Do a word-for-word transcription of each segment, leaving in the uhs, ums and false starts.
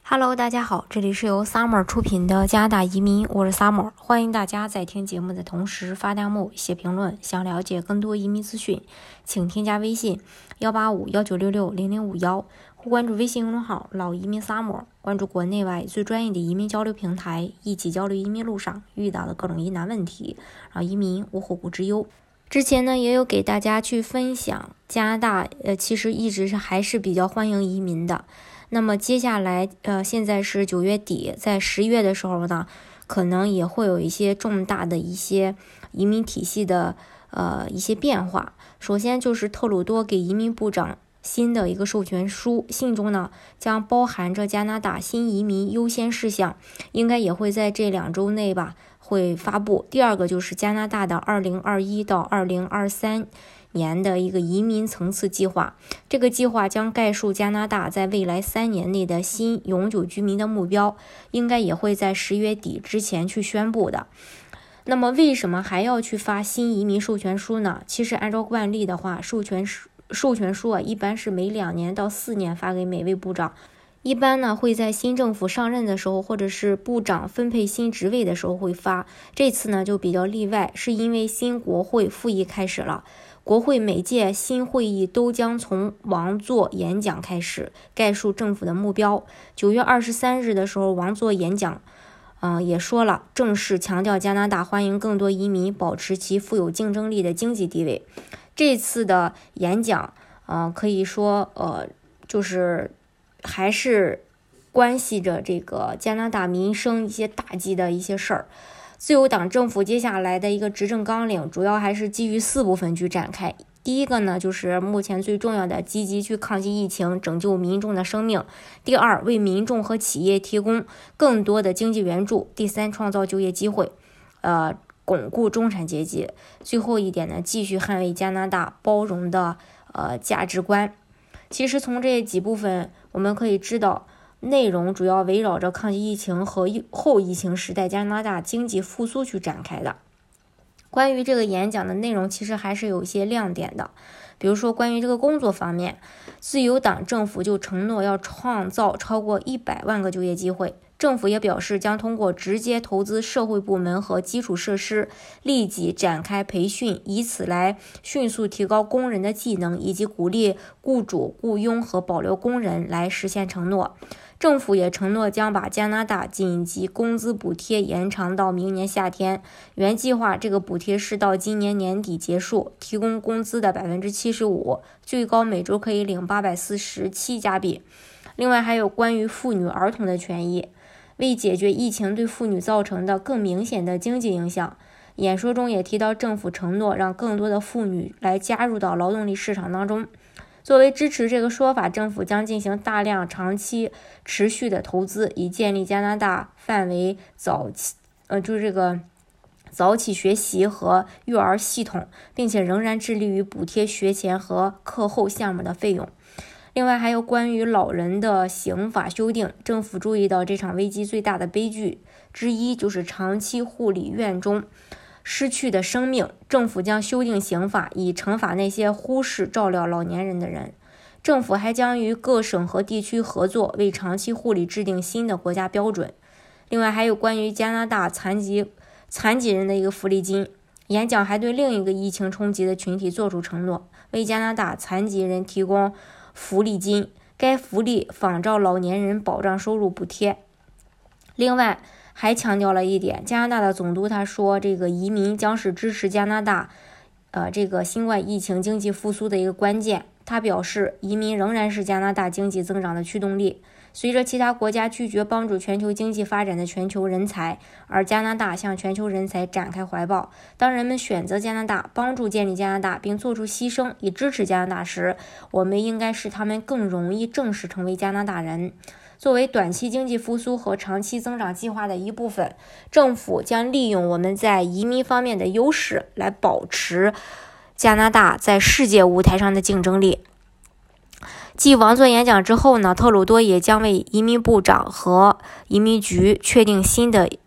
Hello， 大家好，这里是由 Summer 出品的加拿大移民，我是 Summer， 欢迎大家在听节目的同时发弹幕、写评论。想了解更多移民资讯，请添加微信幺八五幺九六六零零五幺，或关注微信公众号老移民 Summer， 关注国内外最专业的移民交流平台，一起交流移民路上遇到的各种疑难问题，让移民无后顾之忧。之前呢，也有给大家去分享加拿大，呃，其实一直是还是比较欢迎移民的。那么接下来，呃，现在是九月底，在十月的时候呢，可能也会有一些重大的一些移民体系的呃一些变化。首先就是特鲁多给移民部长新的一个授权书，信中呢将包含着加拿大新移民优先事项，应该也会在这两周内吧会发布。第二个就是加拿大的二零二一到二零二三年的一个移民层次计划，这个计划将概述加拿大在未来三年内的新永久居民的目标，应该也会在十月底之前去宣布的。那么为什么还要去发新移民授权书呢？其实按照惯例的话，授权书授权书啊，一般是每两年到四年发给每位部长，一般呢会在新政府上任的时候，或者是部长分配新职位的时候会发。这次呢就比较例外，是因为新国会复议开始了。国会每届新会议都将从王座演讲开始，概述政府的目标。九月二十三日的时候，王座演讲，嗯、呃，也说了，正式强调加拿大欢迎更多移民，保持其富有竞争力的经济地位。这次的演讲，呃，可以说，呃，就是还是关系着这个加拿大民生一些大计的一些事儿。自由党政府接下来的一个执政纲领主要还是基于四部分去展开。第一个呢，就是目前最重要的，积极去抗击疫情，拯救民众的生命。第二，为民众和企业提供更多的经济援助。第三，创造就业机会，呃，巩固中产阶级。最后一点呢，继续捍卫加拿大包容的呃价值观。其实从这几部分我们可以知道，内容主要围绕着抗击疫情和后疫情时代加拿大经济复苏去展开的。关于这个演讲的内容，其实还是有一些亮点的。比如说关于这个工作方面，自由党政府就承诺要创造超过一百万个就业机会。政府也表示将通过直接投资社会部门和基础设施，立即展开培训，以此来迅速提高工人的技能，以及鼓励雇主雇佣和保留工人来实现承诺。政府也承诺将把加拿大紧急工资补贴延长到明年夏天。原计划这个补贴是到今年年底结束，提供工资的 百分之七十五， 最高每周可以领八百四十七加币。另外还有关于妇女儿童的权益，为解决疫情对妇女造成的更明显的经济影响，演说中也提到政府承诺让更多的妇女来加入到劳动力市场当中。作为支持这个说法，政府将进行大量长期持续的投资，以建立加拿大范围早期呃就是这个早起学习和育儿系统，并且仍然致力于补贴学前和课后项目的费用。另外还有关于老人的刑法修订，政府注意到这场危机最大的悲剧之一就是长期护理院中失去的生命，政府将修订刑法，以惩罚那些忽视照料老年人的人。政府还将与各省和地区合作，为长期护理制定新的国家标准。另外还有关于加拿大残疾残疾人的一个福利金，演讲还对另一个疫情冲击的群体做出承诺，为加拿大残疾人提供福利金，该福利仿照老年人保障收入补贴。另外还强调了一点，加拿大的总督他说，这个移民将是支持加拿大呃这个新冠疫情经济复苏的一个关键。他表示，移民仍然是加拿大经济增长的驱动力。随着其他国家拒绝帮助全球经济发展的全球人才，而加拿大向全球人才展开怀抱，当人们选择加拿大，帮助建立加拿大，并做出牺牲以支持加拿大时，我们应该使他们更容易正式成为加拿大人。作为短期经济复苏和长期增长计划的一部分，政府将利用我们在移民方面的优势，来保持加拿大在世界舞台上的竞争力。继王座演讲之后呢，特鲁多也将为移民部长和移民局确定新的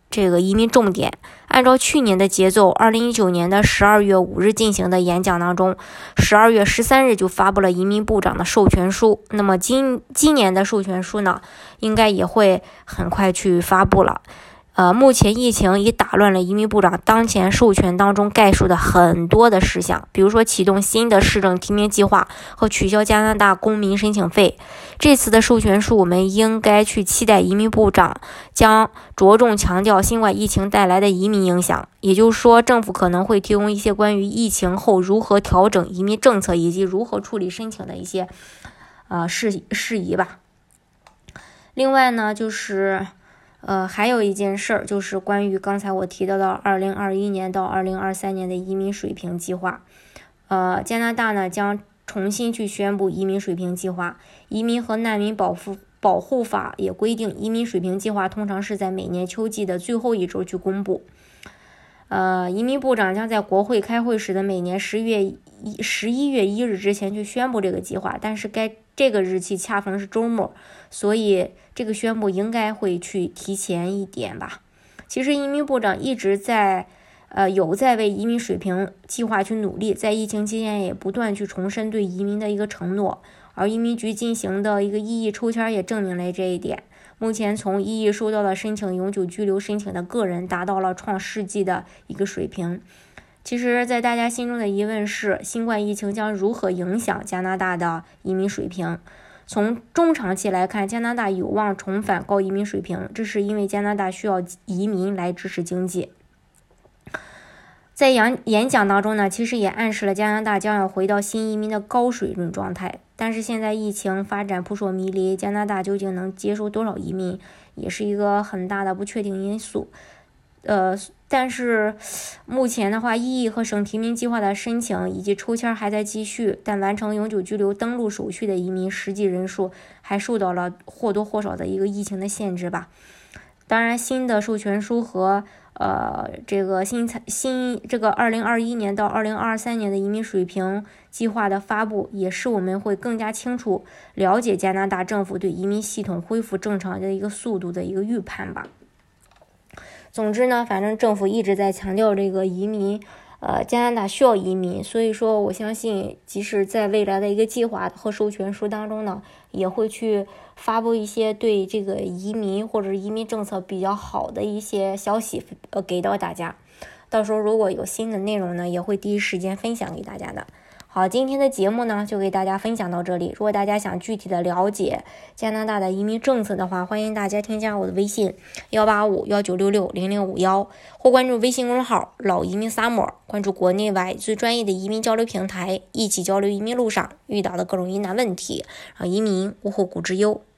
这个移民重点。按照去年的节奏，二零一九年的十二月五日进行的演讲当中，十二月十三日就发布了移民部长的授权书。那么今今年的授权书呢，应该也会很快去发布了。呃，目前疫情已打乱了移民部长当前授权当中概述的很多的事项，比如说启动新的市政提名计划和取消加拿大公民申请费。这次的授权书，我们应该去期待移民部长将着重强调新冠疫情带来的移民影响，也就是说，政府可能会提供一些关于疫情后如何调整移民政策以及如何处理申请的一些呃事事宜吧。另外呢，就是呃，还有一件事儿，就是关于刚才我提到的二零二一年到二零二三年的移民水平计划。呃，加拿大呢将重新去宣布移民水平计划。移民和难民保护保护法也规定，移民水平计划通常是在每年秋季的最后一周去公布。呃，移民部长将在国会开会时的每年十月十一月一日之前去宣布这个计划，但是该这个日期恰逢是周末，所以这个宣布应该会去提前一点吧。其实移民部长一直在呃有在为移民水平计划去努力，在疫情期间也不断去重申对移民的一个承诺，而移民局进行的一个异议抽签也证明了这一点。目前从异议收到的申请永久居留申请的个人达到了创世纪的一个水平。其实在大家心中的疑问是，新冠疫情将如何影响加拿大的移民水平？从中长期来看，加拿大有望重返高移民水平，这是因为加拿大需要移民来支持经济。在演演讲当中呢，其实也暗示了加拿大将要回到新移民的高水准状态。但是现在疫情发展扑朔迷离，加拿大究竟能接收多少移民，也是一个很大的不确定因素。呃，但是目前的话，异议和省提名计划的申请以及抽签还在继续，但完成永久居留登陆手续的移民实际人数还受到了或多或少的一个疫情的限制吧。当然，新的授权书和呃这个新新这个二零二一年到二零二三年的移民水平计划的发布，也是我们会更加清楚了解加拿大政府对移民系统恢复正常的一个速度的一个预判吧。总之呢，反正政府一直在强调这个移民，呃，加拿大需要移民，所以说我相信，即使在未来的一个计划和授权书当中呢，也会去发布一些对这个移民或者移民政策比较好的一些消息，呃，给到大家。到时候如果有新的内容呢，也会第一时间分享给大家的。好，今天的节目呢就给大家分享到这里。如果大家想具体的了解加拿大的移民政策的话，欢迎大家添加我的微信幺八五幺九六六零零五幺，或关注微信公众号老移民萨摩，关注国内外最专业的移民交流平台，一起交流移民路上遇到的各种疑难问题，让移民无后顾之忧。